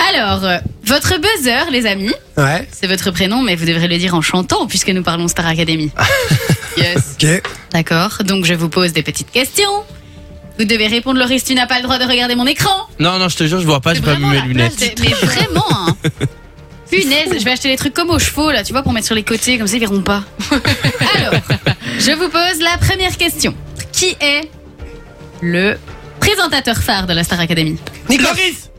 Alors, votre buzzer, les amis, Ouais. c'est votre prénom, mais vous devrez le dire en chantant, puisque nous parlons Star Academy. Yes. Ok. D'accord, donc je vous pose des petites questions. Vous devez répondre, Loris, tu n'as pas le droit de regarder mon écran. Non, je te jure, je vois pas, j'ai pas mis vraiment mes la lunettes. Mais vraiment, hein. Punaise, je vais acheter des trucs comme aux chevaux, là, tu vois, pour mettre sur les côtés, comme ça ils verront pas. Alors, je vous pose la première question. Qui est le présentateur phare de la Star Academy? Loris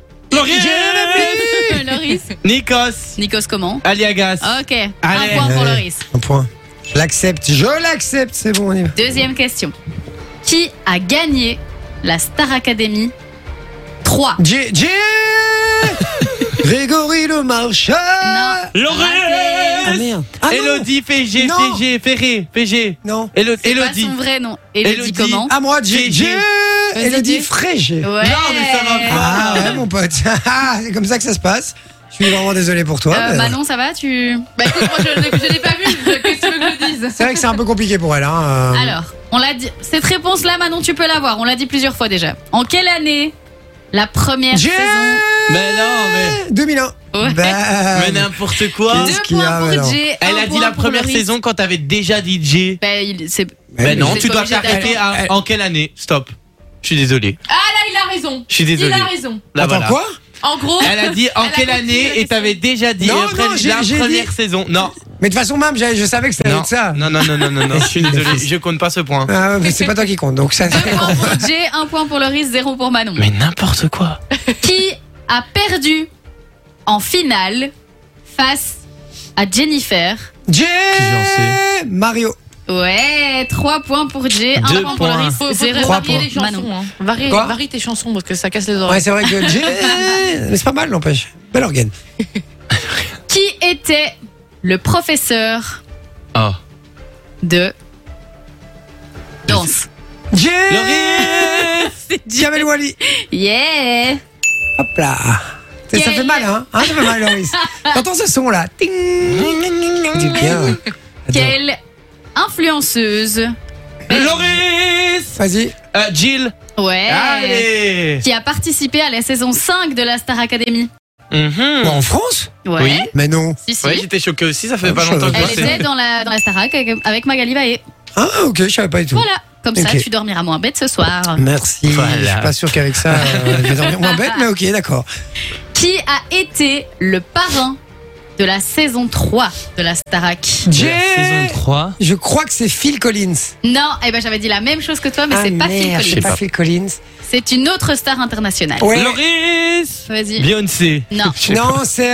Loris. Nikos Nikos comment? Aliagas. Ok, un Allez. point pour Allez. Loris. Un point. Je l'accepte, c'est bon, on y va. Deuxième question. Qui a gagné la Star Academy 3? J. Grégory Le Marchal. Non. Loris. Ah merde. Ah non. Elodie, Fégé, Non. Fégé. Non. C'est pas Elodie. son vrai nom. Elodie Elodie. comment? Ah moi, J. Vas-y, Elodie dis. Frégé. Ouais. Non, mais ça va pas. Ah ouais, mon pote. C'est comme ça que ça se passe. Je suis vraiment désolé pour toi. mais- Manon, ça va? Bah écoute, moi je l'ai pas vu, qu'est-ce que tu veux que je dise? C'est vrai que c'est un peu compliqué pour elle. Hein. Alors, on l'a dit. Cette réponse-là, Manon, tu peux l'avoir. On l'a dit plusieurs fois déjà. En quelle année la première J. saison? Mais non, 2001. Ouais. mais n'importe quoi. Qu'est-ce Deux qu'il y a, points pour Manon? Jay. Elle un a dit point la pour première Loris. saison quand t'avais déjà DJ. C'est. Ben non, c'est tu pas dois obligé t'arrêter d'aller- en quelle année? Stop. Je suis désolé. Ah là, il a raison. Je suis désolé. Il a raison. Là, Attends, voilà. quoi? En gros, Elle a dit en Elle a quelle continué année et t'avais déjà dit Non, après non, j'ai la dit- première saison. Non. Mais de toute façon, même, je savais que c'était Non. ça. Non, je suis désolé. Je compte pas ce point. Ah, mais c'est pas toi qui compte, donc ça. Un point pour Jay, un point pour Loris, 0 pour Manon. Mais n'importe quoi. Qui a perdu en finale face à Jennifer? J. j'en Mario. Ouais, 3 points pour Jay, 1 Deux point pour points. Loris, faut 0 Trois varier points. les chansons. Manon. Hein. Quoi Varie tes chansons parce que ça casse les Ouais, oreilles. c'est vrai que J. Mais c'est pas mal, n'empêche. Bel organe. Qui était le professeur Oh. de danse? J. Loris. C'est Jamel Wally. Yeah! Hop là. Ça Quel- fait mal, hein? Ça fait mal, Loris. T'entends ce son là? Ting. Du bien. Attends. Quelle influenceuse? Loris. Vas-y. Jill. Ouais. Allez. Qui a participé à la saison 5 de la Star Academy? Mhm. Bon, en France? Ouais. Oui. Mais non. Si, si. Ouais, j'étais choqué aussi, ça fait Ah, pas je longtemps que savais je Elle sais. était dans la Starac avec Magali Baé. Ah, ok, je savais pas du tout. Voilà. Comme ça, Ok. tu dormiras moins bête ce soir. Merci. Voilà. Je suis pas sûr qu'avec ça, je vais dormir moins bête, mais ok, d'accord. Qui a été le parrain de la saison 3 de la Starac? J. Saison 3. Je crois que c'est Phil Collins. Non, eh ben j'avais dit la même chose que toi, mais c'est pas Phil merde, Collins. c'est pas Phil Collins. C'est une autre star internationale. Ouais. Loris. Vas-y. Beyoncé. Non. Je sais Non, pas. c'est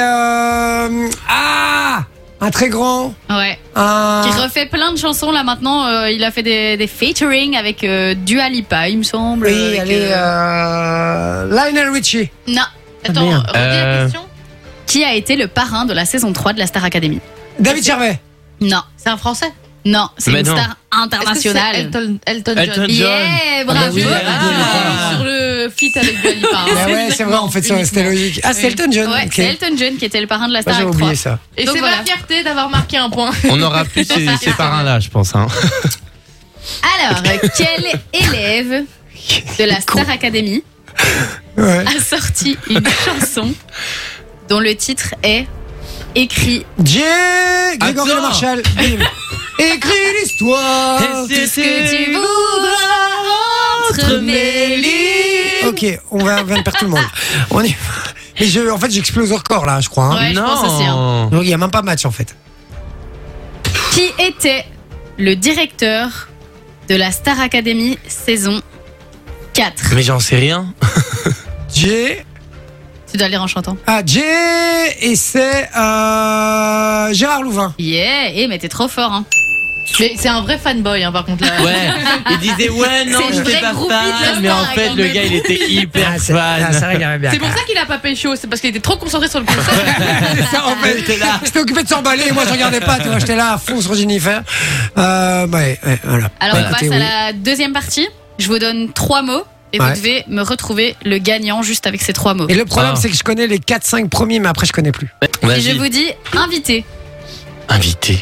un très grand. Ouais. Un... Qui refait plein de chansons là maintenant. Il a fait des featuring avec Dua Lipa, il me semble. Oui, avec, allez, Lionel Richie. Non. Attends, merde. redis la question. Qui a été le parrain de la saison 3 de la Star Academy? David Gervais. Non, c'est un français. Non, c'est Mais une non. star internationale. Est-ce que c'est Elton Elton John. John. Yeah, bravo. oui, Ah, sur le feat avec Dua Lipa. Ah ouais, c'est vrai, en fait, c'était logique. Ah, c'est Elton John. Ouais, ok. c'est Elton John qui était le parrain de la Moi, Star j'avais Academy 3. oublié ça. Et Donc c'est voilà. ma fierté d'avoir marqué un point. On aura plus ces parrains-là, je pense. Hein. Alors, quel élève de la Star Academy Ouais. a sorti une chanson dont le titre est Écrit? J. Grégory Attends. Le Marchal. Bim. Écris l'histoire. Tout ce que tu voudras entre mes livres. Ok, on vient de perdre tout le monde. On y... Mais en fait, j'explose au record là, je crois. hein. Ouais, je pense aussi, hein. Donc il n'y a même pas match en fait. Qui était le directeur de la Star Academy saison 4? Mais j'en sais rien. J. Tu dois le lire en chantant. Ah, J. Et c'est Gérard Louvain. Yeah, mais t'es trop fort, hein. Mais c'est un vrai fanboy, hein, par contre. Là. Ouais. Il disait ouais non, C'est une j'étais vraie pas groupie de la fan, mais en Star, fait quand le même. gars il était hyper c'est fan. vrai qu'il avait bien. C'est pour ça qu'il a pas pécho, c'est parce qu'il était trop concentré sur le concert. C'est ça, en fait. J'étais occupé de s'emballer et moi je regardais pas, tu vois, j'étais là à fond sur Jennifer. Ouais, voilà. Alors, Bah, on passe écoutez, à oui. la deuxième partie. Je vous donne 3 mots et Ouais. vous devez me retrouver le gagnant juste avec ces 3 mots. Et le problème, Ah. c'est que je connais les 4-5 premiers, mais après, je connais plus. Et je Vas-y. vous dis invité, Invité.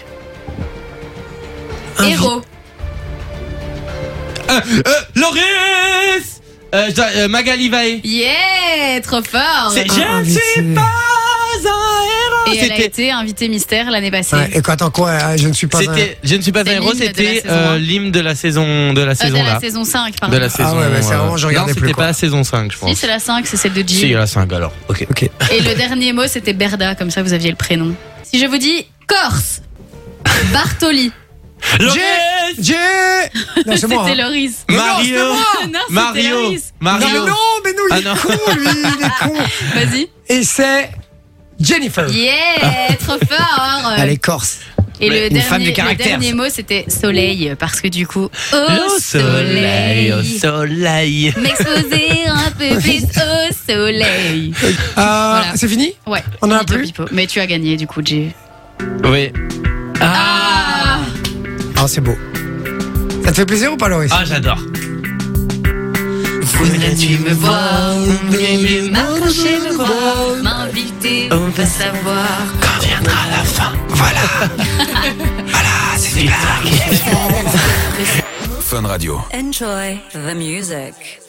héros, Loris. Magali Vaé. Yeah, trop fort. Je ne suis pas un héros. Et elle a été invitée mystère l'année passée. Ouais, et quoi, attends quoi, je ne suis pas un... Je ne suis pas un C'est héros, l'hymne de la c'était saison un. l'hymne de la saison De la là. saison 5, pardon. De la saison. ouais, c'est vraiment, je regardais non, plus, c'était quoi. pas la saison 5, je pense. Si, c'est la 5, c'est celle de Si, Jill. la 5 alors. Ok. Et le dernier mot, c'était Berda, comme ça vous aviez le prénom. Si je vous dis Corse, Bartoli, J'ai Non, c'est moi. c'était Loris. Mais non, Mario. c'était moi. Non, c'était Mario. Loris. Non, mais non, il est Ah, non. con, lui, il est con. Vas-y. Et c'est Jennifer. Yeah, trop fort. Elle est corse. Et le Une femme de dernier, le caractère. dernier mot, c'était soleil, parce que du coup, au Au soleil. M'exposer un peu plus au soleil. C'est fini? Ouais. On en a Pipo, plus? pipo. Mais tu as gagné, du coup, Jay. Oui. Ah. Ah, c'est beau. Ça te fait plaisir ou pas, Loris? Ah, j'adore. Voudrais-tu me voir, m'approcher, me voir, m'inviter, on veut savoir. Quand viendra la fin. Voilà. Voilà, c'est super. Fun Radio. Enjoy the music.